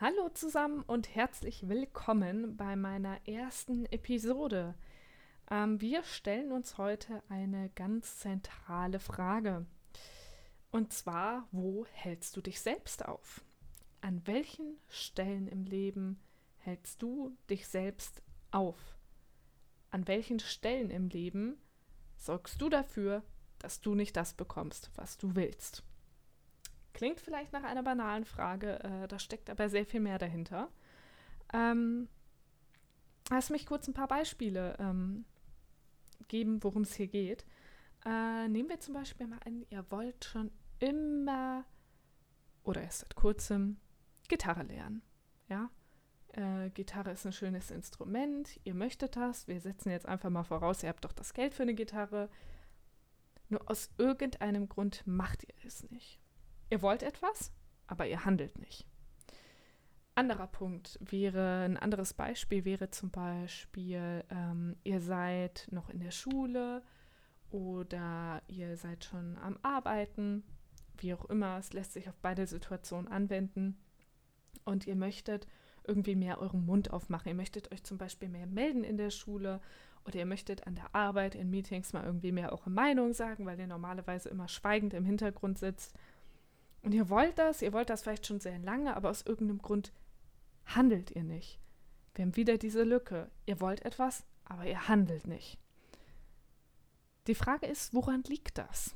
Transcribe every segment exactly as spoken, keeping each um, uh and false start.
Hallo zusammen und herzlich willkommen bei meiner ersten Episode. Ähm, wir stellen uns heute eine ganz zentrale Frage. Und zwar, wo hältst du dich selbst auf? An welchen Stellen im Leben hältst du dich selbst auf? An welchen Stellen im Leben sorgst du dafür, dass du nicht das bekommst, was du willst? Klingt vielleicht nach einer banalen Frage, äh, da steckt aber sehr viel mehr dahinter. Ähm, lass mich kurz ein paar Beispiele ähm, geben, worum es hier geht. Äh, nehmen wir zum Beispiel mal an, ihr wollt schon immer oder erst seit kurzem Gitarre lernen. Ja? Äh, Gitarre ist ein schönes Instrument, ihr möchtet das. Wir setzen jetzt einfach mal voraus, ihr habt doch das Geld für eine Gitarre. Nur aus irgendeinem Grund macht ihr es nicht. Ihr wollt etwas, aber ihr handelt nicht. Anderer Punkt wäre, ein anderes Beispiel wäre zum Beispiel, ähm, ihr seid noch in der Schule oder ihr seid schon am Arbeiten, wie auch immer, es lässt sich auf beide Situationen anwenden und ihr möchtet irgendwie mehr euren Mund aufmachen. Ihr möchtet euch zum Beispiel mehr melden in der Schule oder ihr möchtet an der Arbeit, in Meetings mal irgendwie mehr eure Meinung sagen, weil ihr normalerweise immer schweigend im Hintergrund sitzt. Und ihr wollt das, ihr wollt das vielleicht schon sehr lange, aber aus irgendeinem Grund handelt ihr nicht. Wir haben wieder diese Lücke. Ihr wollt etwas, aber ihr handelt nicht. Die Frage ist, woran liegt das?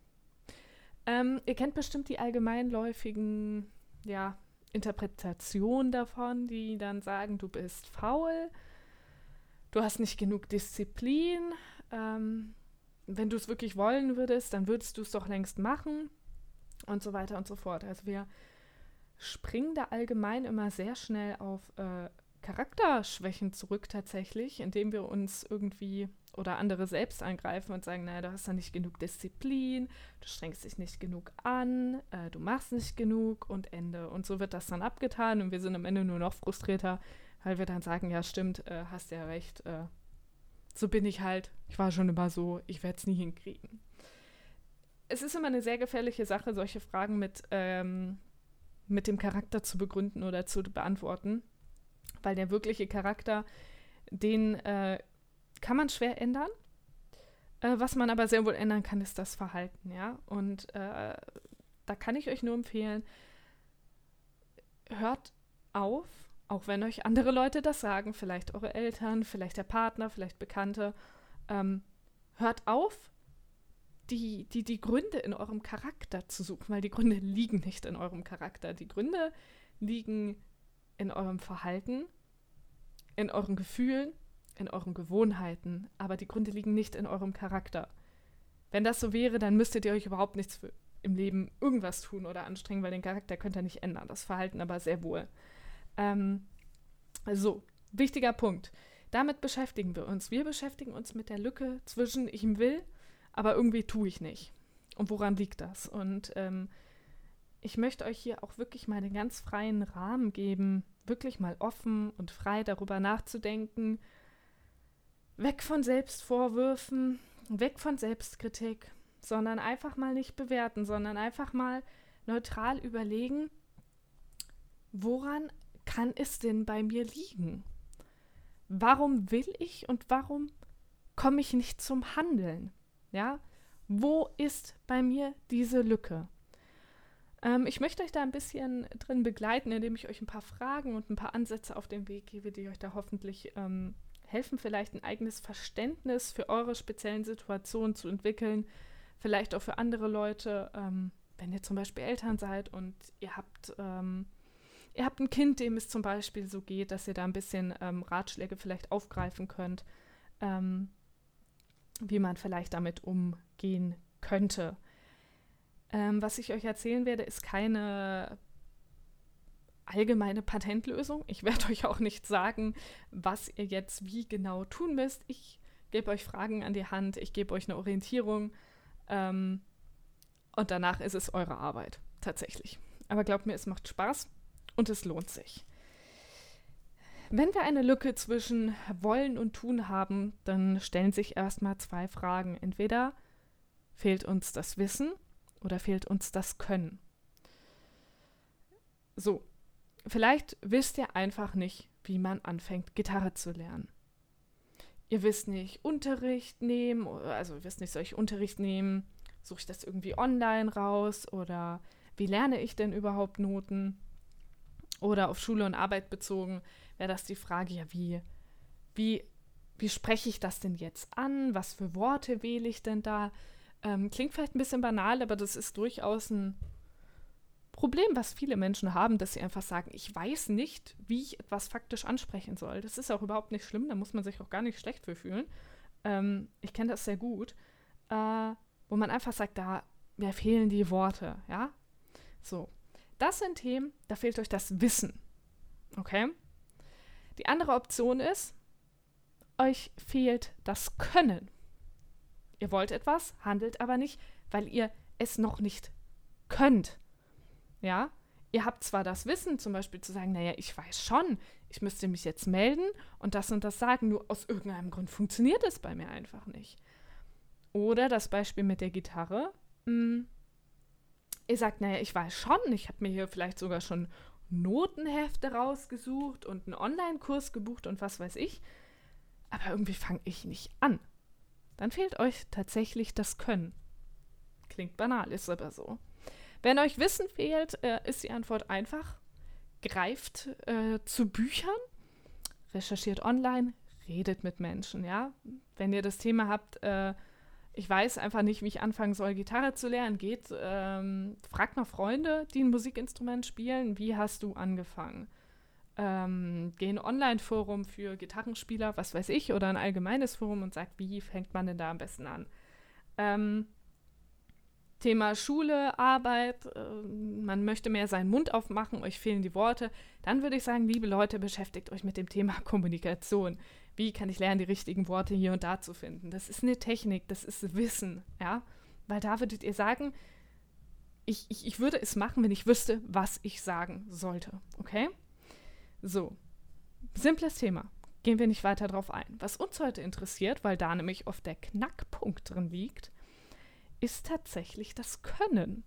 Ähm, ihr kennt bestimmt die allgemeinläufigen ja, Interpretationen davon, die dann sagen, du bist faul, du hast nicht genug Disziplin, ähm, wenn du es wirklich wollen würdest, dann würdest du es doch längst machen. Und so weiter und so fort. Also wir springen da allgemein immer sehr schnell auf äh, Charakterschwächen zurück tatsächlich, indem wir uns irgendwie oder andere selbst angreifen und sagen, naja, du hast ja nicht genug Disziplin, du strengst dich nicht genug an, äh, du machst nicht genug und Ende. Und so wird das dann abgetan und wir sind am Ende nur noch frustrierter, weil wir dann sagen, ja stimmt, äh, hast ja recht, äh, so bin ich halt, ich war schon immer so, ich werde es nie hinkriegen. Es ist immer eine sehr gefährliche Sache, solche Fragen mit, ähm, mit dem Charakter zu begründen oder zu beantworten, weil der wirkliche Charakter, den äh, kann man schwer ändern. Äh, was man aber sehr wohl ändern kann, ist das Verhalten, ja. Und äh, da kann ich euch nur empfehlen, hört auf, auch wenn euch andere Leute das sagen, vielleicht eure Eltern, vielleicht der Partner, vielleicht Bekannte, ähm, hört auf, Die, die, die Gründe in eurem Charakter zu suchen, weil die Gründe liegen nicht in eurem Charakter. Die Gründe liegen in eurem Verhalten, in euren Gefühlen, in euren Gewohnheiten, aber die Gründe liegen nicht in eurem Charakter. Wenn das so wäre, dann müsstet ihr euch überhaupt nichts für im Leben irgendwas tun oder anstrengen, weil den Charakter könnt ihr nicht ändern, das Verhalten aber sehr wohl. Ähm, so, wichtiger Punkt. Damit beschäftigen wir uns. Wir beschäftigen uns mit der Lücke zwischen ich will, aber irgendwie tue ich nicht. Und woran liegt das? Und ähm, ich möchte euch hier auch wirklich mal einen ganz freien Rahmen geben, wirklich mal offen und frei darüber nachzudenken. Weg von Selbstvorwürfen, weg von Selbstkritik, sondern einfach mal nicht bewerten, sondern einfach mal neutral überlegen, woran kann es denn bei mir liegen? Warum will ich und warum komme ich nicht zum Handeln? Ja, wo ist bei mir diese Lücke? Ähm, ich möchte euch da ein bisschen drin begleiten, indem ich euch ein paar Fragen und ein paar Ansätze auf den Weg gebe, die euch da hoffentlich ähm, helfen, vielleicht ein eigenes Verständnis für eure speziellen Situationen zu entwickeln, vielleicht auch für andere Leute, ähm, wenn ihr zum Beispiel Eltern seid und ihr habt, ähm, ihr habt ein Kind, dem es zum Beispiel so geht, dass ihr da ein bisschen ähm, Ratschläge vielleicht aufgreifen könnt, ähm, wie man vielleicht damit umgehen könnte. Ähm, was ich euch erzählen werde, ist keine allgemeine Patentlösung. Ich werde euch auch nicht sagen, was ihr jetzt wie genau tun müsst. Ich gebe euch Fragen an die Hand, ich gebe euch eine Orientierung ähm, und danach ist es eure Arbeit, tatsächlich. Aber glaubt mir, es macht Spaß und es lohnt sich. Wenn wir eine Lücke zwischen Wollen und Tun haben, dann stellen sich erstmal zwei Fragen. Entweder fehlt uns das Wissen oder fehlt uns das Können. So, Vielleicht wisst ihr einfach nicht, wie man anfängt, Gitarre zu lernen. Ihr wisst nicht, Unterricht nehmen, also ihr wisst nicht, soll ich Unterricht nehmen, suche ich das irgendwie online raus oder wie lerne ich denn überhaupt Noten? Oder auf Schule und Arbeit bezogen wäre das die Frage, ja, wie, wie, wie spreche ich das denn jetzt an? Was für Worte wähle ich denn da? Ähm, klingt vielleicht ein bisschen banal, aber das ist durchaus ein Problem, was viele Menschen haben, dass sie einfach sagen, ich weiß nicht, wie ich etwas faktisch ansprechen soll. Das ist auch überhaupt nicht schlimm, da muss man sich auch gar nicht schlecht für fühlen. Ähm, ich kenne das sehr gut, äh, wo man einfach sagt, da mir fehlen die Worte, ja? So, das sind Themen, da fehlt euch das Wissen, okay? Die andere Option ist, euch fehlt das Können. Ihr wollt etwas, handelt aber nicht, weil ihr es noch nicht könnt. Ja, ihr habt zwar das Wissen, zum Beispiel zu sagen, naja, ich weiß schon, ich müsste mich jetzt melden und das und das sagen, nur aus irgendeinem Grund funktioniert es bei mir einfach nicht. Oder das Beispiel mit der Gitarre. Mh, ihr sagt, naja, ich weiß schon, ich habe mir hier vielleicht sogar schon Notenhefte rausgesucht und einen Online-Kurs gebucht und was weiß ich, aber irgendwie fange ich nicht an. Dann fehlt euch tatsächlich das Können. Klingt banal, ist aber so. Wenn euch Wissen fehlt, äh, ist die Antwort einfach. Greift äh, zu Büchern, recherchiert online, redet mit Menschen, ja. Wenn ihr das Thema habt, äh, ich weiß einfach nicht, wie ich anfangen soll, Gitarre zu lernen, geht, ähm, fragt noch Freunde, die ein Musikinstrument spielen, wie hast du angefangen? Ähm, geh in ein Online-Forum für Gitarrenspieler, was weiß ich, oder ein allgemeines Forum und sagt, wie fängt man denn da am besten an? Ähm, Thema Schule, Arbeit, äh, man möchte mehr seinen Mund aufmachen, euch fehlen die Worte, dann würde ich sagen, liebe Leute, beschäftigt euch mit dem Thema Kommunikation. Wie kann ich lernen, die richtigen Worte hier und da zu finden? Das ist eine Technik, das ist Wissen, ja, weil da würdet ihr sagen, ich, ich, ich würde es machen, wenn ich wüsste, was ich sagen sollte, okay? So, simples Thema, gehen wir nicht weiter drauf ein. Was uns heute interessiert, weil da nämlich oft der Knackpunkt drin liegt, ist tatsächlich das Können.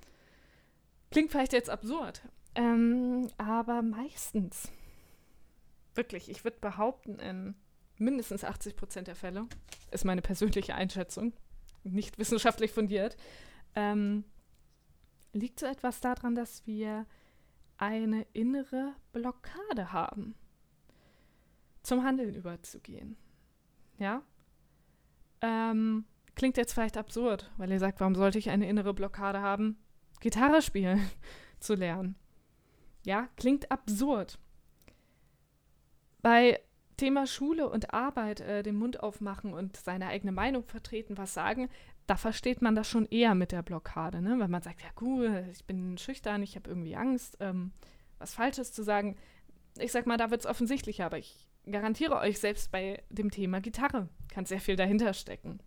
Klingt vielleicht jetzt absurd, ähm, aber meistens, wirklich, ich würde behaupten, in mindestens achtzig Prozent der Fälle, ist meine persönliche Einschätzung, nicht wissenschaftlich fundiert, ähm, liegt so etwas daran, dass wir eine innere Blockade haben, zum Handeln überzugehen. Ja? Ähm, Klingt jetzt vielleicht absurd, weil ihr sagt, warum sollte ich eine innere Blockade haben, Gitarre spielen zu lernen? Ja, klingt absurd. Bei Thema Schule und Arbeit, äh, den Mund aufmachen und seine eigene Meinung vertreten, was sagen, da versteht man das schon eher mit der Blockade, ne? Weil man sagt, ja gut, ich bin schüchtern, ich habe irgendwie Angst, ähm, was Falsches zu sagen. Ich sag mal, da wird es offensichtlicher, aber ich garantiere euch, selbst bei dem Thema Gitarre kann sehr viel dahinter stecken.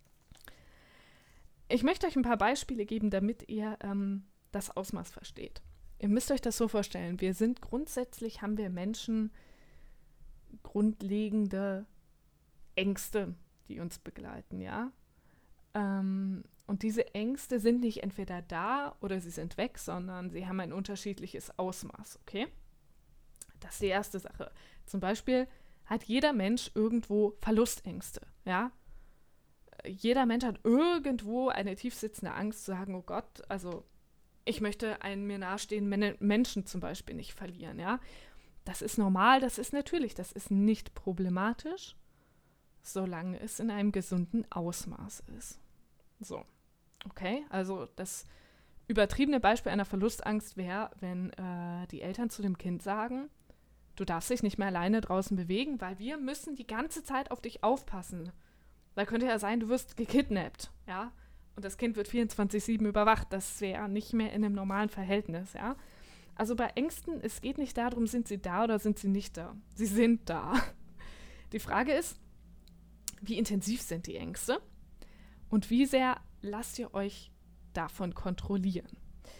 Ich möchte euch ein paar Beispiele geben, damit ihr ähm, das Ausmaß versteht. Ihr müsst euch das so vorstellen, wir sind grundsätzlich, haben wir Menschen grundlegende Ängste, die uns begleiten, ja. Ähm, und diese Ängste sind nicht entweder da oder sie sind weg, sondern sie haben ein unterschiedliches Ausmaß, okay? Das ist die erste Sache. Zum Beispiel hat jeder Mensch irgendwo Verlustängste, ja. Jeder Mensch hat irgendwo eine tiefsitzende Angst zu sagen, oh Gott, also ich möchte einen mir nahestehenden Menschen zum Beispiel nicht verlieren, ja. Das ist normal, das ist natürlich, das ist nicht problematisch, solange es in einem gesunden Ausmaß ist. So, okay, also das übertriebene Beispiel einer Verlustangst wäre, wenn äh, die Eltern zu dem Kind sagen, du darfst dich nicht mehr alleine draußen bewegen, weil wir müssen die ganze Zeit auf dich aufpassen. Da könnte ja sein, du wirst gekidnappt, ja, und das Kind wird vierundzwanzig sieben überwacht. Das wäre nicht mehr in einem normalen Verhältnis, ja. Also bei Ängsten, es geht nicht darum, sind sie da oder sind sie nicht da. Sie sind da. Die Frage ist, wie intensiv sind die Ängste und wie sehr lasst ihr euch davon kontrollieren?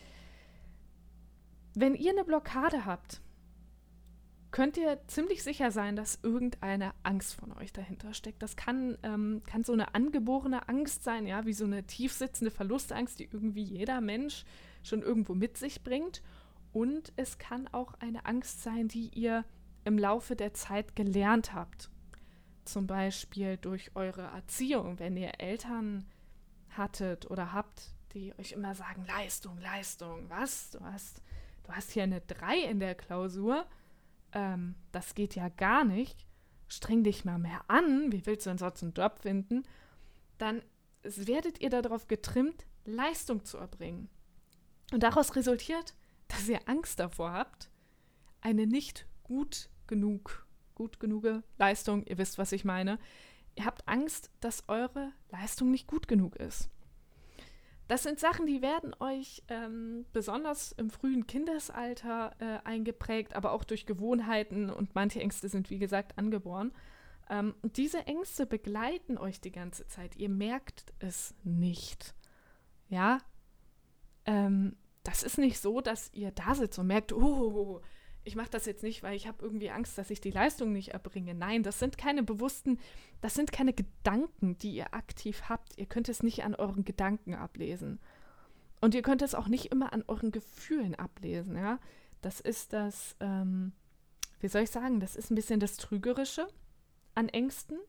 Wenn ihr eine Blockade habt, könnt ihr ziemlich sicher sein, dass irgendeine Angst von euch dahinter steckt. Das kann, ähm, kann so eine angeborene Angst sein, ja, wie so eine tiefsitzende Verlustangst, die irgendwie jeder Mensch schon irgendwo mit sich bringt. Und es kann auch eine Angst sein, die ihr im Laufe der Zeit gelernt habt. Zum Beispiel durch eure Erziehung, wenn ihr Eltern hattet oder habt, die euch immer sagen, Leistung, Leistung, was? Du hast, du hast hier eine drei in der Klausur. Ähm, das geht ja gar nicht. Streng dich mal mehr an. Wie willst du denn sonst einen Job finden? Dann werdet ihr darauf getrimmt, Leistung zu erbringen. Und daraus resultiert, dass ihr Angst davor habt, eine nicht gut genug, gut genug Leistung, ihr wisst, was ich meine. Ihr habt Angst, dass eure Leistung nicht gut genug ist. Das sind Sachen, die werden euch ähm, besonders im frühen Kindesalter äh, eingeprägt, aber auch durch Gewohnheiten und manche Ängste sind, wie gesagt, angeboren. Ähm, und diese Ängste begleiten euch die ganze Zeit. Ihr merkt es nicht. Ja, ähm, das ist nicht so, dass ihr da sitzt und merkt, oh, ich mache das jetzt nicht, weil ich habe irgendwie Angst, dass ich die Leistung nicht erbringe. Nein, das sind keine bewussten, das sind keine Gedanken, die ihr aktiv habt. Ihr könnt es nicht an euren Gedanken ablesen. Und ihr könnt es auch nicht immer an euren Gefühlen ablesen, ja. Das ist das, ähm, wie soll ich sagen, das ist ein bisschen das Trügerische an Ängsten.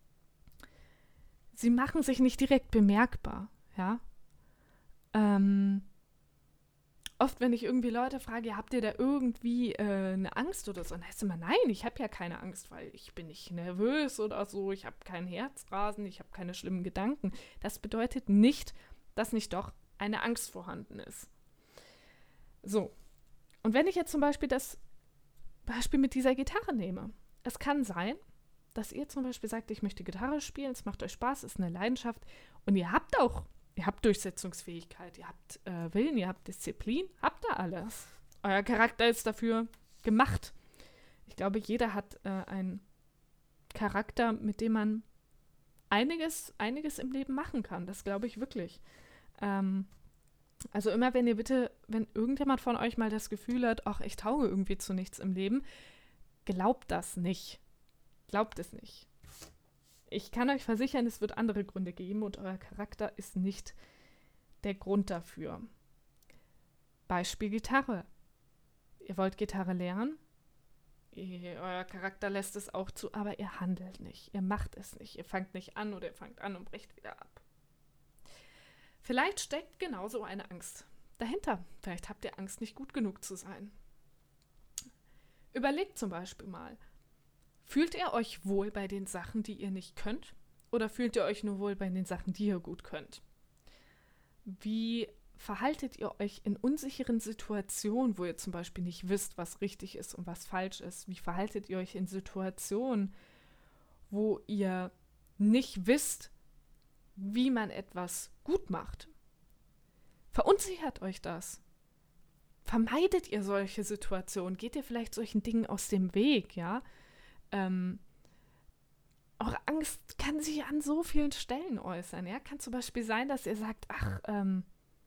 Sie machen sich nicht direkt bemerkbar, ja. Ähm, Oft, wenn ich irgendwie Leute frage, ja, habt ihr da irgendwie äh, eine Angst oder so, dann heißt es immer, nein, ich habe ja keine Angst, weil ich bin nicht nervös oder so, ich habe kein Herzrasen, ich habe keine schlimmen Gedanken. Das bedeutet nicht, dass nicht doch eine Angst vorhanden ist. So, und wenn ich jetzt zum Beispiel das Beispiel mit dieser Gitarre nehme, es kann sein, dass ihr zum Beispiel sagt, ich möchte Gitarre spielen, es macht euch Spaß, es ist eine Leidenschaft und ihr habt auch Ihr habt Durchsetzungsfähigkeit, ihr habt äh, Willen, ihr habt Disziplin, habt da alles. Euer Charakter ist dafür gemacht. Ich glaube, jeder hat äh, einen Charakter, mit dem man einiges, einiges im Leben machen kann. Das glaube ich wirklich. Ähm, also immer, wenn ihr bitte, wenn irgendjemand von euch mal das Gefühl hat, ach, ich tauge irgendwie zu nichts im Leben, glaubt das nicht. Glaubt es nicht. Ich kann euch versichern, es wird andere Gründe geben und euer Charakter ist nicht der Grund dafür. Beispiel Gitarre. Ihr wollt Gitarre lernen, ihr, euer Charakter lässt es auch zu, aber ihr handelt nicht, ihr macht es nicht, ihr fangt nicht an oder ihr fangt an und brecht wieder ab. Vielleicht steckt genauso eine Angst dahinter. Vielleicht habt ihr Angst, nicht gut genug zu sein. Überlegt zum Beispiel mal, fühlt ihr euch wohl bei den Sachen, die ihr nicht könnt? Oder fühlt ihr euch nur wohl bei den Sachen, die ihr gut könnt? Wie verhaltet ihr euch in unsicheren Situationen, wo ihr zum Beispiel nicht wisst, was richtig ist und was falsch ist? Wie verhaltet ihr euch in Situationen, wo ihr nicht wisst, wie man etwas gut macht? Verunsichert euch das? Vermeidet ihr solche Situationen? Geht ihr vielleicht solchen Dingen aus dem Weg, ja? Ähm, eure Angst kann sich an so vielen Stellen äußern. Ja? Kann zum Beispiel sein, dass ihr sagt, ach, ähm,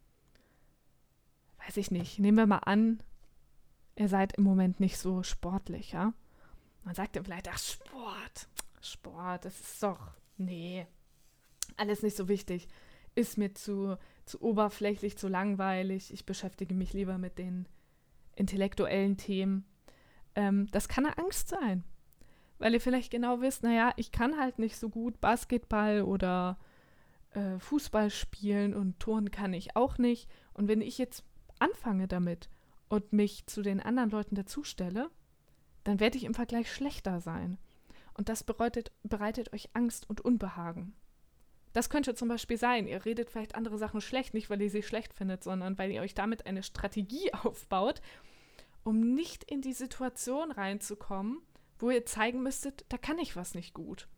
weiß ich nicht, nehmen wir mal an, ihr seid im Moment nicht so sportlich, ja. Man sagt dann vielleicht, ach, Sport, Sport, das ist doch, nee, alles nicht so wichtig, ist mir zu, zu oberflächlich, zu langweilig, ich beschäftige mich lieber mit den intellektuellen Themen. Ähm, das kann eine Angst sein. Weil ihr vielleicht genau wisst, naja, ich kann halt nicht so gut Basketball oder äh, Fußball spielen und Turnen kann ich auch nicht. Und wenn ich jetzt anfange damit und mich zu den anderen Leuten dazustelle, dann werde ich im Vergleich schlechter sein. Und das bereitet, bereitet euch Angst und Unbehagen. Das könnte zum Beispiel sein, ihr redet vielleicht andere Sachen schlecht, nicht weil ihr sie schlecht findet, sondern weil ihr euch damit eine Strategie aufbaut, um nicht in die Situation reinzukommen, wo ihr zeigen müsstet, da kann ich was nicht gut.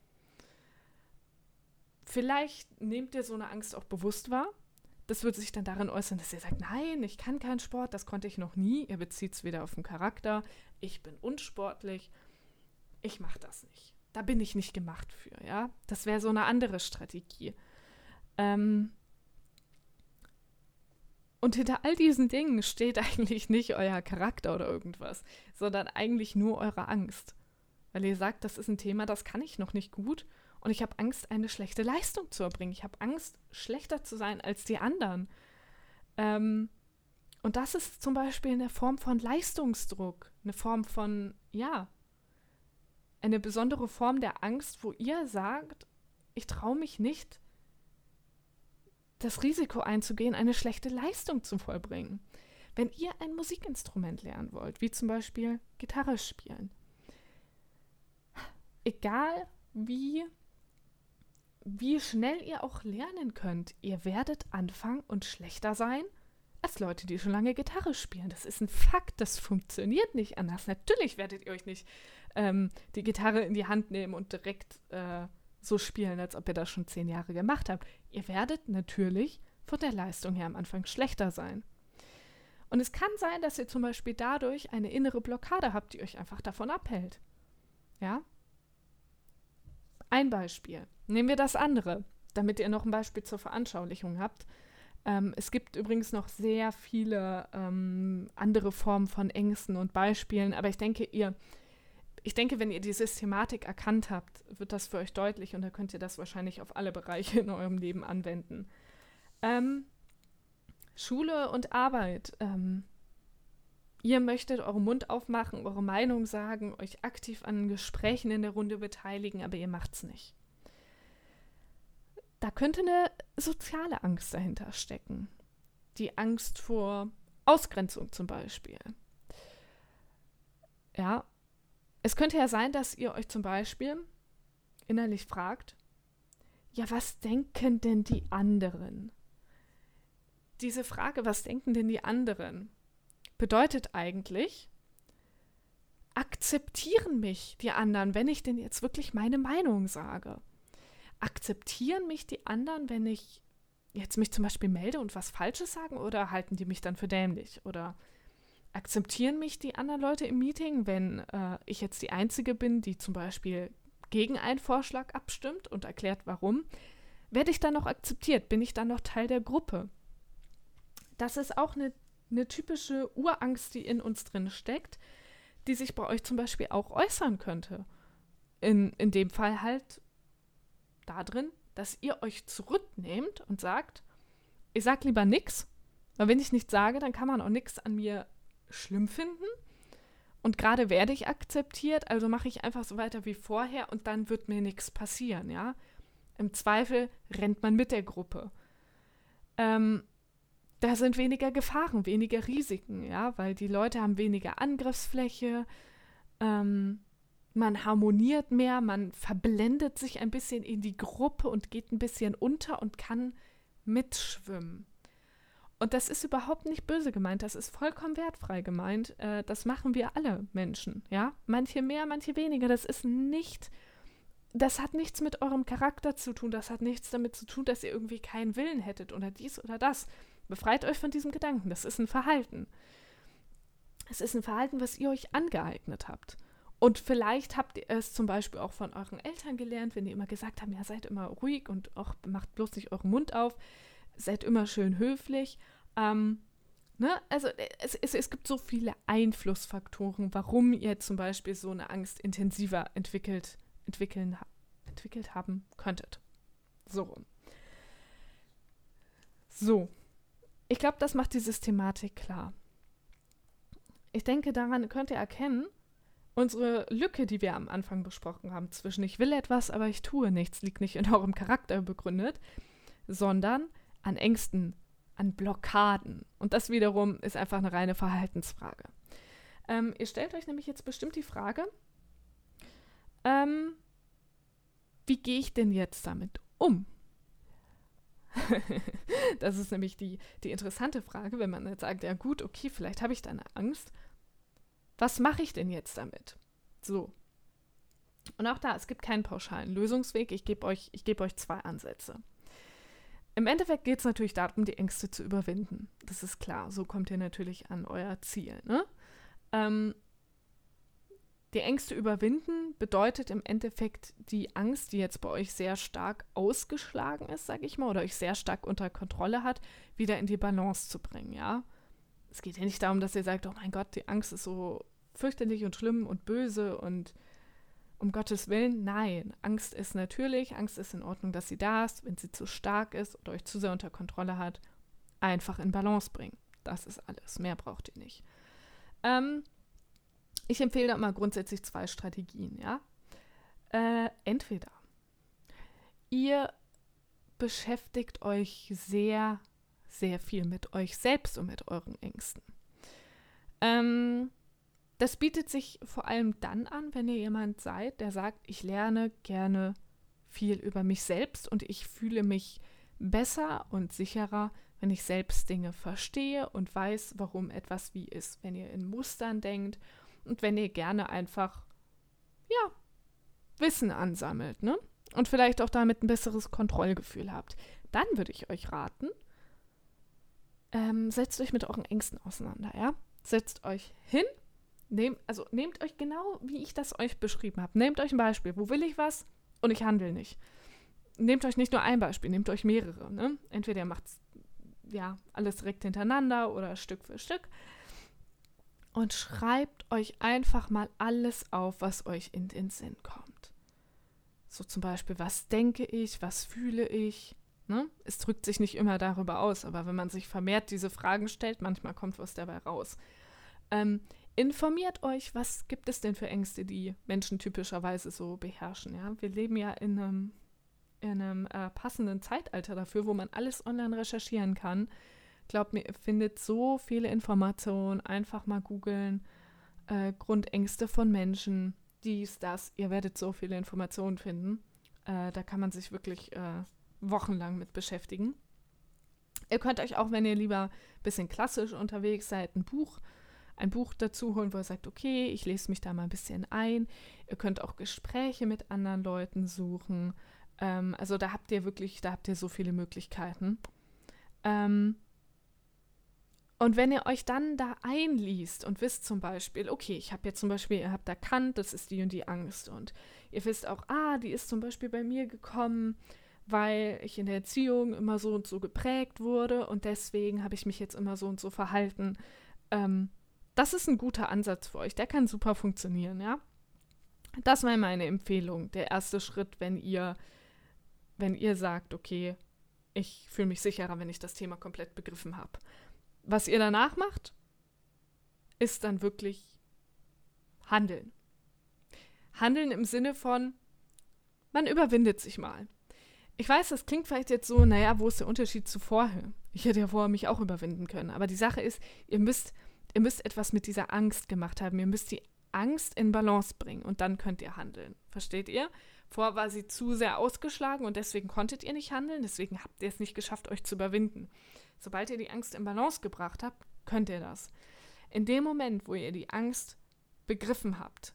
Vielleicht nehmt ihr so eine Angst auch bewusst wahr. Das würde sich dann darin äußern, dass ihr sagt, nein, ich kann keinen Sport, das konnte ich noch nie. Ihr bezieht es wieder auf den Charakter. Ich bin unsportlich. Ich mache das nicht. Da bin ich nicht gemacht für, ja. Das wäre so eine andere Strategie. Ähm Und hinter all diesen Dingen steht eigentlich nicht euer Charakter oder irgendwas, sondern eigentlich nur eure Angst. Weil ihr sagt, das ist ein Thema, das kann ich noch nicht gut und ich habe Angst, eine schlechte Leistung zu erbringen. Ich habe Angst, schlechter zu sein als die anderen. Ähm, Und das ist zum Beispiel eine Form von Leistungsdruck, eine Form von, ja, eine besondere Form der Angst, wo ihr sagt, ich traue mich nicht, das Risiko einzugehen, eine schlechte Leistung zu vollbringen. Wenn ihr ein Musikinstrument lernen wollt, wie zum Beispiel Gitarre spielen, egal wie, wie schnell ihr auch lernen könnt, ihr werdet anfangen und schlechter sein als Leute, die schon lange Gitarre spielen. Das ist ein Fakt, das funktioniert nicht anders. Natürlich werdet ihr euch nicht ähm, die Gitarre in die Hand nehmen und direkt äh, so spielen, als ob ihr das schon zehn Jahre gemacht habt. Ihr werdet natürlich von der Leistung her am Anfang schlechter sein. Und es kann sein, dass ihr zum Beispiel dadurch eine innere Blockade habt, die euch einfach davon abhält. Ja? Ein Beispiel. Nehmen wir das andere, damit ihr noch ein Beispiel zur Veranschaulichung habt. Ähm, es gibt übrigens noch sehr viele ähm, andere Formen von Ängsten und Beispielen, aber ich denke, ihr, ich denke, wenn ihr die Systematik erkannt habt, wird das für euch deutlich und da könnt ihr das wahrscheinlich auf alle Bereiche in eurem Leben anwenden. Ähm, Schule und Arbeit. Ähm, ihr möchtet euren Mund aufmachen, eure Meinung sagen, euch aktiv an Gesprächen in der Runde beteiligen, aber ihr macht's nicht. Da könnte eine soziale Angst dahinter stecken. Die Angst vor Ausgrenzung zum Beispiel. Ja, es könnte ja sein, dass ihr euch zum Beispiel innerlich fragt, ja, was denken denn die anderen? Diese Frage, was denken denn die anderen, bedeutet eigentlich, akzeptieren mich die anderen, wenn ich denn jetzt wirklich meine Meinung sage? Akzeptieren mich die anderen, wenn ich jetzt mich zum Beispiel melde und was Falsches sagen, oder halten die mich dann für dämlich? Oder akzeptieren mich die anderen Leute im Meeting, wenn äh, ich jetzt die Einzige bin, die zum Beispiel gegen einen Vorschlag abstimmt und erklärt, warum? Werde ich dann noch akzeptiert? Bin ich dann noch Teil der Gruppe? Das ist auch eine, eine typische Urangst, die in uns drin steckt, die sich bei euch zum Beispiel auch äußern könnte. In, in dem Fall halt darin, dass ihr euch zurücknehmt und sagt, ich sag lieber nix, weil wenn ich nichts sage, dann kann man auch nichts an mir schlimm finden und gerade werde ich akzeptiert, also mache ich einfach so weiter wie vorher und dann wird mir nichts passieren, ja. Im Zweifel rennt man mit der Gruppe. Ähm, da sind weniger Gefahren, weniger Risiken, ja, weil die Leute haben weniger Angriffsfläche, ähm, man harmoniert mehr, man verblendet sich ein bisschen in die Gruppe und geht ein bisschen unter und kann mitschwimmen. Und das ist überhaupt nicht böse gemeint, das ist vollkommen wertfrei gemeint. Äh, das machen wir alle Menschen, ja. Manche mehr, manche weniger. Das ist nicht, das hat nichts mit eurem Charakter zu tun, das hat nichts damit zu tun, dass ihr irgendwie keinen Willen hättet oder dies oder das. Befreit euch von diesem Gedanken, das ist ein Verhalten. Es ist ein Verhalten, was ihr euch angeeignet habt. Und vielleicht habt ihr es zum Beispiel auch von euren Eltern gelernt, wenn die immer gesagt haben, ja, seid immer ruhig und auch macht bloß nicht euren Mund auf, seid immer schön höflich. Ähm, ne? Also es, es, es gibt so viele Einflussfaktoren, warum ihr zum Beispiel so eine Angst intensiver entwickelt, entwickeln, entwickelt haben könntet. So rum. So. Ich glaube, das macht die Systematik klar. Ich denke, daran könnt ihr erkennen, unsere Lücke, die wir am Anfang besprochen haben, zwischen ich will etwas, aber ich tue nichts, liegt nicht in eurem Charakter begründet, sondern an Ängsten, an Blockaden. Und das wiederum ist einfach eine reine Verhaltensfrage. Ähm, ihr stellt euch nämlich jetzt bestimmt die Frage, ähm, wie gehe ich denn jetzt damit um? Das ist nämlich die, die interessante Frage, wenn man jetzt sagt, ja gut, okay, vielleicht habe ich da eine Angst. Was mache ich denn jetzt damit? So. Und auch da, es gibt keinen pauschalen Lösungsweg. Ich gebe euch, ich gebe euch zwei Ansätze. Im Endeffekt geht es natürlich darum, die Ängste zu überwinden. Das ist klar. So kommt ihr natürlich an euer Ziel. Ne? Ähm, die Ängste überwinden bedeutet im Endeffekt die Angst, die jetzt bei euch sehr stark ausgeschlagen ist, sage ich mal, oder euch sehr stark unter Kontrolle hat, wieder in die Balance zu bringen, ja. Es geht ja nicht darum, dass ihr sagt, oh mein Gott, die Angst ist so fürchterlich und schlimm und böse und um Gottes Willen. Nein, Angst ist natürlich, Angst ist in Ordnung, dass sie da ist. Wenn sie zu stark ist oder euch zu sehr unter Kontrolle hat, einfach in Balance bringen. Das ist alles. Mehr braucht ihr nicht. Ähm, ich empfehle da mal grundsätzlich zwei Strategien, ja. Äh, entweder ihr beschäftigt euch sehr, sehr viel mit euch selbst und mit euren Ängsten. Ähm, das bietet sich vor allem dann an, wenn ihr jemand seid, der sagt, ich lerne gerne viel über mich selbst und ich fühle mich besser und sicherer, wenn ich selbst Dinge verstehe und weiß, warum etwas wie ist. Wenn ihr in Mustern denkt und wenn ihr gerne einfach, ja, Wissen ansammelt, ne? Und vielleicht auch damit ein besseres Kontrollgefühl habt. Dann würde ich euch raten, ähm, setzt euch mit euren Ängsten auseinander, ja? Setzt euch hin, nehmt, also nehmt euch genau, wie ich das euch beschrieben habe. Nehmt euch ein Beispiel, wo will ich was und ich handle nicht. Nehmt euch nicht nur ein Beispiel, nehmt euch mehrere, ne? Entweder ihr macht ja alles direkt hintereinander oder Stück für Stück und schreibt euch einfach mal alles auf, was euch in den Sinn kommt. So zum Beispiel, was denke ich, was fühle ich? Ne? Es drückt sich nicht immer darüber aus, aber wenn man sich vermehrt diese Fragen stellt, manchmal kommt was dabei raus. Ähm, informiert euch, was gibt es denn für Ängste, die Menschen typischerweise so beherrschen. Ja? Wir leben ja in einem, in einem äh, passenden Zeitalter dafür, wo man alles online recherchieren kann. Glaubt mir, ihr findet so viele Informationen, einfach mal googeln, äh, Grundängste von Menschen, dies, das, ihr werdet so viele Informationen finden. Äh, da kann man sich wirklich äh, wochenlang mit beschäftigen. Ihr könnt euch auch, wenn ihr lieber ein bisschen klassisch unterwegs seid, ein Buch, ein Buch dazu holen, wo ihr sagt, okay, ich lese mich da mal ein bisschen ein. Ihr könnt auch Gespräche mit anderen Leuten suchen. Ähm, also da habt ihr wirklich, da habt ihr so viele Möglichkeiten. Ähm, Und wenn ihr euch dann da einliest und wisst zum Beispiel, okay, ich habe jetzt zum Beispiel, ihr habt erkannt, das ist die und die Angst und ihr wisst auch, ah, die ist zum Beispiel bei mir gekommen, weil ich in der Erziehung immer so und so geprägt wurde und deswegen habe ich mich jetzt immer so und so verhalten. Ähm, das ist ein guter Ansatz für euch, der kann super funktionieren, ja. Das wäre meine Empfehlung, der erste Schritt, wenn ihr, wenn ihr sagt, okay, ich fühle mich sicherer, wenn ich das Thema komplett begriffen habe. Was ihr danach macht, ist dann wirklich handeln. Handeln im Sinne von, man überwindet sich mal. Ich weiß, das klingt vielleicht jetzt so, naja, wo ist der Unterschied zu vorher? Ich hätte ja vorher mich auch überwinden können. Aber die Sache ist, ihr müsst, ihr müsst etwas mit dieser Angst gemacht haben. Ihr müsst die Angst in Balance bringen und dann könnt ihr handeln. Versteht ihr? Vorher war sie zu sehr ausgeschlagen und deswegen konntet ihr nicht handeln. Deswegen habt ihr es nicht geschafft, euch zu überwinden. Sobald ihr die Angst in Balance gebracht habt, könnt ihr das. In dem Moment, wo ihr die Angst begriffen habt,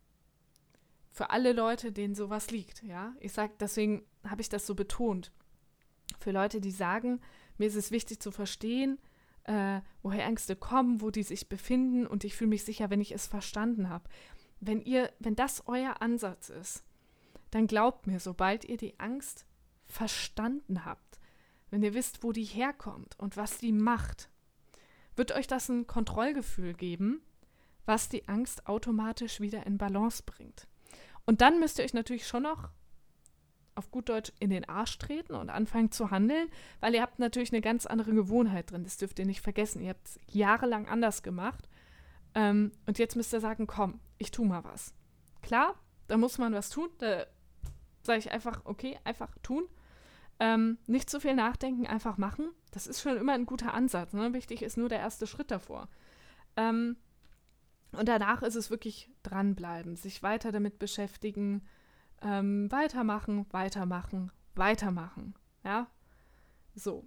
für alle Leute, denen sowas liegt, ja, ich sage, deswegen habe ich das so betont, für Leute, die sagen, mir ist es wichtig zu verstehen, äh, woher Ängste kommen, wo die sich befinden und ich fühle mich sicher, wenn ich es verstanden habe. Wenn ihr, wenn das euer Ansatz ist, dann glaubt mir, sobald ihr die Angst verstanden habt, wenn ihr wisst, wo die herkommt und was die macht, wird euch das ein Kontrollgefühl geben, was die Angst automatisch wieder in Balance bringt. Und dann müsst ihr euch natürlich schon noch auf gut Deutsch in den Arsch treten und anfangen zu handeln, weil ihr habt natürlich eine ganz andere Gewohnheit drin. Das dürft ihr nicht vergessen. Ihr habt es jahrelang anders gemacht. Ähm, und jetzt müsst ihr sagen, komm, ich tu mal was. Klar, da muss man was tun. Da sage ich einfach, okay, einfach tun. Ähm, nicht zu viel nachdenken, einfach machen. Das ist schon immer ein guter Ansatz. Ne? Wichtig ist nur der erste Schritt davor. Ähm, und danach ist es wirklich dranbleiben, sich weiter damit beschäftigen, ähm, weitermachen, weitermachen, weitermachen. Ja, so.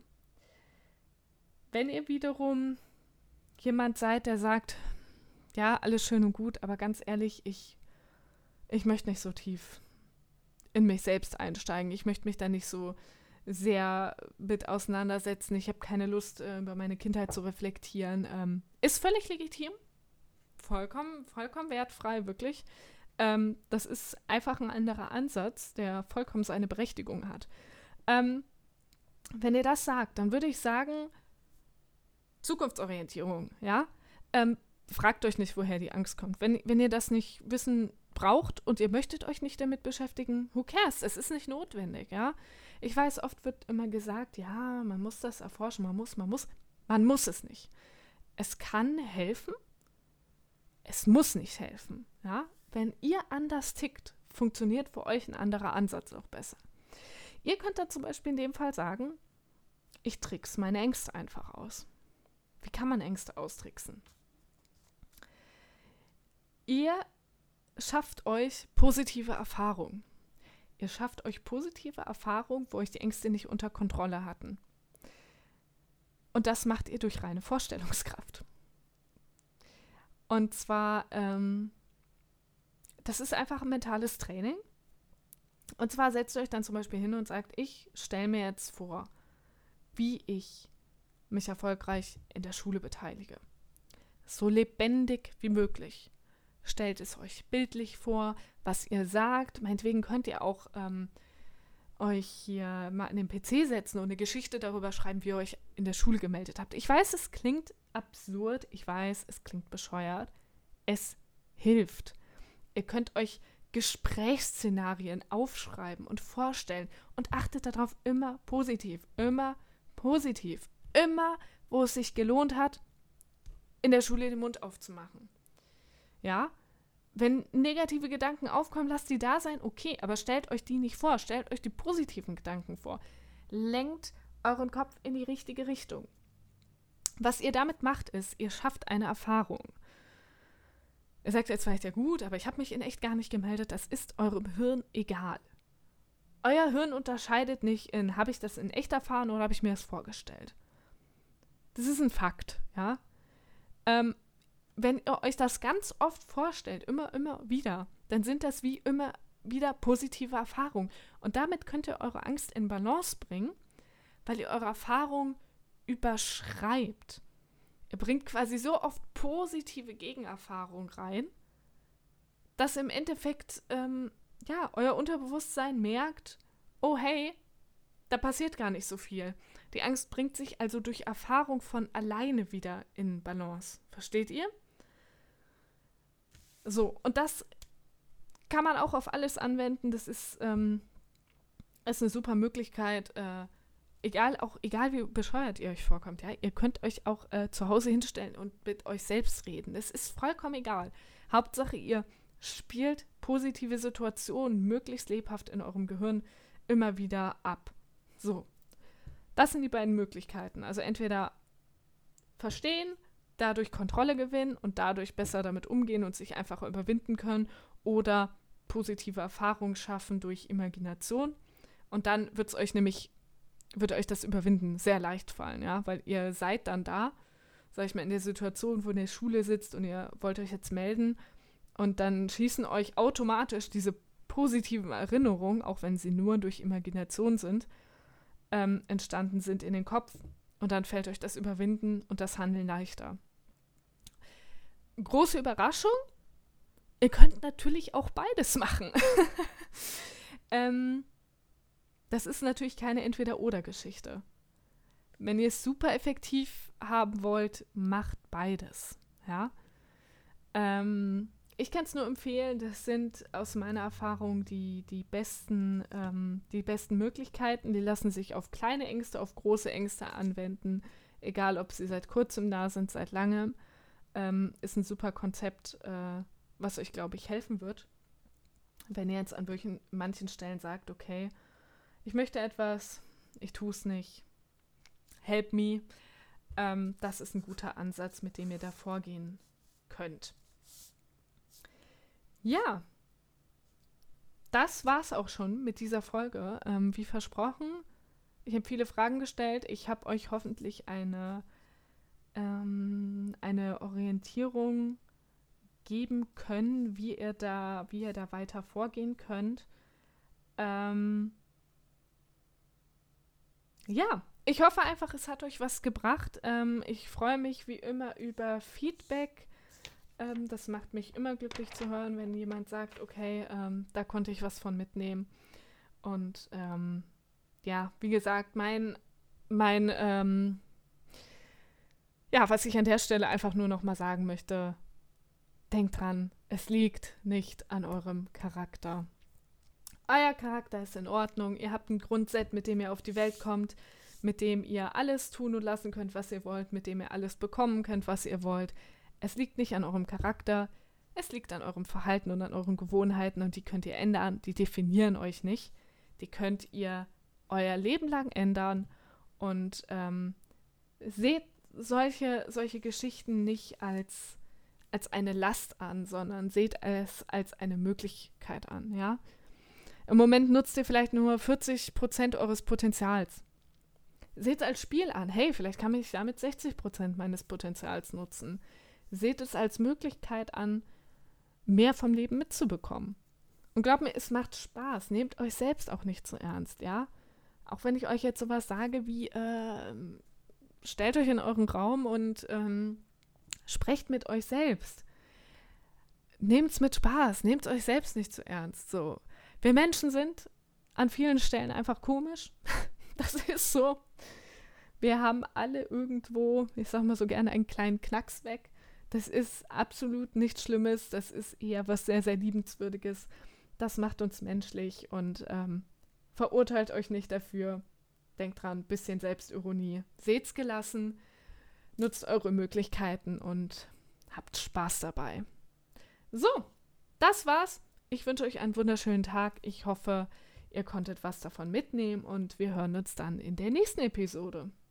Wenn ihr wiederum jemand seid, der sagt, ja, alles schön und gut, aber ganz ehrlich, ich, ich möchte nicht so tief in mich selbst einsteigen. Ich möchte mich da nicht so sehr mit auseinandersetzen. Ich habe keine Lust, äh, über meine Kindheit zu reflektieren. Ähm, ist völlig legitim. Vollkommen, vollkommen wertfrei, wirklich. Ähm, das ist einfach ein anderer Ansatz, der vollkommen seine Berechtigung hat. Ähm, wenn ihr das sagt, dann würde ich sagen, Zukunftsorientierung, ja? Ähm, fragt euch nicht, woher die Angst kommt. Wenn, wenn ihr das nicht wissen braucht und ihr möchtet euch nicht damit beschäftigen, who cares? Es ist nicht notwendig, ja? Ich weiß, oft wird immer gesagt, ja, man muss das erforschen, man muss, man muss. Man muss es nicht. Es kann helfen, es muss nicht helfen. Ja? Wenn ihr anders tickt, funktioniert für euch ein anderer Ansatz auch besser. Ihr könnt da zum Beispiel in dem Fall sagen, ich trickse meine Ängste einfach aus. Wie kann man Ängste austricksen? Ihr schafft euch positive Erfahrungen. Ihr schafft euch positive Erfahrungen, wo euch die Ängste nicht unter Kontrolle hatten. Und das macht ihr durch reine Vorstellungskraft. Und zwar, ähm, das ist einfach ein mentales Training. Und zwar setzt ihr euch dann zum Beispiel hin und sagt, ich stelle mir jetzt vor, wie ich mich erfolgreich in der Schule beteilige. So lebendig wie möglich. Stellt es euch bildlich vor, was ihr sagt. Meinetwegen könnt ihr auch ähm, euch hier mal in den P C setzen und eine Geschichte darüber schreiben, wie ihr euch in der Schule gemeldet habt. Ich weiß, es klingt absurd. Ich weiß, es klingt bescheuert. Es hilft. Ihr könnt euch Gesprächsszenarien aufschreiben und vorstellen und achtet darauf immer positiv, immer positiv, immer, wo es sich gelohnt hat, in der Schule den Mund aufzumachen. Ja, wenn negative Gedanken aufkommen, lasst die da sein, okay, aber stellt euch die nicht vor, stellt euch die positiven Gedanken vor. Lenkt euren Kopf in die richtige Richtung. Was ihr damit macht, ist, ihr schafft eine Erfahrung. Ihr sagt jetzt vielleicht, ja gut, aber ich habe mich in echt gar nicht gemeldet. Das ist eurem Hirn egal. Euer Hirn unterscheidet nicht in, habe ich das in echt erfahren oder habe ich mir das vorgestellt. Das ist ein Fakt, ja. Ähm, wenn ihr euch das ganz oft vorstellt, immer, immer wieder, dann sind das wie immer wieder positive Erfahrungen. Und damit könnt ihr eure Angst in Balance bringen, weil ihr eure Erfahrung überschreibt. Ihr bringt quasi so oft positive Gegenerfahrung rein, dass im Endeffekt ähm, ja, euer Unterbewusstsein merkt, oh hey, da passiert gar nicht so viel. Die Angst bringt sich also durch Erfahrung von alleine wieder in Balance. Versteht ihr? So, und das kann man auch auf alles anwenden. Das ist, ähm, ist eine super Möglichkeit, äh, Egal, auch, egal wie bescheuert ihr euch vorkommt, ja, ihr könnt euch auch äh, zu Hause hinstellen und mit euch selbst reden. Es ist vollkommen egal. Hauptsache, ihr spielt positive Situationen möglichst lebhaft in eurem Gehirn immer wieder ab. So, das sind die beiden Möglichkeiten. Also entweder verstehen, dadurch Kontrolle gewinnen und dadurch besser damit umgehen und sich einfach überwinden können, oder positive Erfahrungen schaffen durch Imagination. Und dann wird es euch nämlich würde euch das Überwinden sehr leicht fallen, ja, weil ihr seid dann da, sag ich mal, in der Situation, wo ihr in der Schule sitzt und ihr wollt euch jetzt melden und dann schießen euch automatisch diese positiven Erinnerungen, auch wenn sie nur durch Imagination sind, ähm, entstanden sind in den Kopf, und dann fällt euch das Überwinden und das Handeln leichter. Große Überraschung, ihr könnt natürlich auch beides machen. ähm, Das ist natürlich keine Entweder-oder-Geschichte. Wenn ihr es super effektiv haben wollt, macht beides. Ja? Ähm, ich kann es nur empfehlen, das sind aus meiner Erfahrung die, die, besten, ähm, die besten Möglichkeiten. Die lassen sich auf kleine Ängste, auf große Ängste anwenden. Egal, ob sie seit kurzem da sind, seit langem. Ähm, ist ein super Konzept, äh, was euch, glaube ich, helfen wird. Wenn ihr jetzt an welchen, manchen Stellen sagt, okay, ich möchte etwas, ich tue es nicht, help me. Ähm, das ist ein guter Ansatz, mit dem ihr da vorgehen könnt. Ja, das war's auch schon mit dieser Folge. Ähm, wie versprochen, ich habe viele Fragen gestellt. Ich habe euch hoffentlich eine, ähm, eine Orientierung geben können, wie ihr da, wie ihr da weiter vorgehen könnt. Ähm, Ja, ich hoffe einfach, es hat euch was gebracht. Ähm, ich freue mich wie immer über Feedback. Ähm, das macht mich immer glücklich zu hören, wenn jemand sagt, okay, ähm, da konnte ich was von mitnehmen. Und ähm, ja, wie gesagt, mein, mein, ähm, ja, was ich an der Stelle einfach nur noch mal sagen möchte, denkt dran, es liegt nicht an eurem Charakter. Euer Charakter ist in Ordnung, ihr habt ein Grundset, mit dem ihr auf die Welt kommt, mit dem ihr alles tun und lassen könnt, was ihr wollt, mit dem ihr alles bekommen könnt, was ihr wollt. Es liegt nicht an eurem Charakter, es liegt an eurem Verhalten und an euren Gewohnheiten und die könnt ihr ändern, die definieren euch nicht. Die könnt ihr euer Leben lang ändern und ähm, seht solche, solche Geschichten nicht als, als eine Last an, sondern seht es als eine Möglichkeit an, ja. Im Moment nutzt ihr vielleicht nur vierzig Prozent eures Potenzials. Seht es als Spiel an. Hey, vielleicht kann ich damit sechzig Prozent meines Potenzials nutzen. Seht es als Möglichkeit an, mehr vom Leben mitzubekommen. Und glaubt mir, es macht Spaß. Nehmt euch selbst auch nicht so ernst, ja? Auch wenn ich euch jetzt sowas sage wie, äh, stellt euch in euren Raum und ähm, sprecht mit euch selbst. Nehmt's mit Spaß. Nehmt euch selbst nicht zu ernst. So. Wir Menschen sind an vielen Stellen einfach komisch. Das ist so. Wir haben alle irgendwo, ich sag mal so gerne, einen kleinen Knacks weg. Das ist absolut nichts Schlimmes. Das ist eher was sehr, sehr Liebenswürdiges. Das macht uns menschlich und ähm, verurteilt euch nicht dafür. Denkt dran, bisschen Selbstironie. Seht's gelassen, nutzt eure Möglichkeiten und habt Spaß dabei. So, das war's. Ich wünsche euch einen wunderschönen Tag. Ich hoffe, ihr konntet was davon mitnehmen und wir hören uns dann in der nächsten Episode.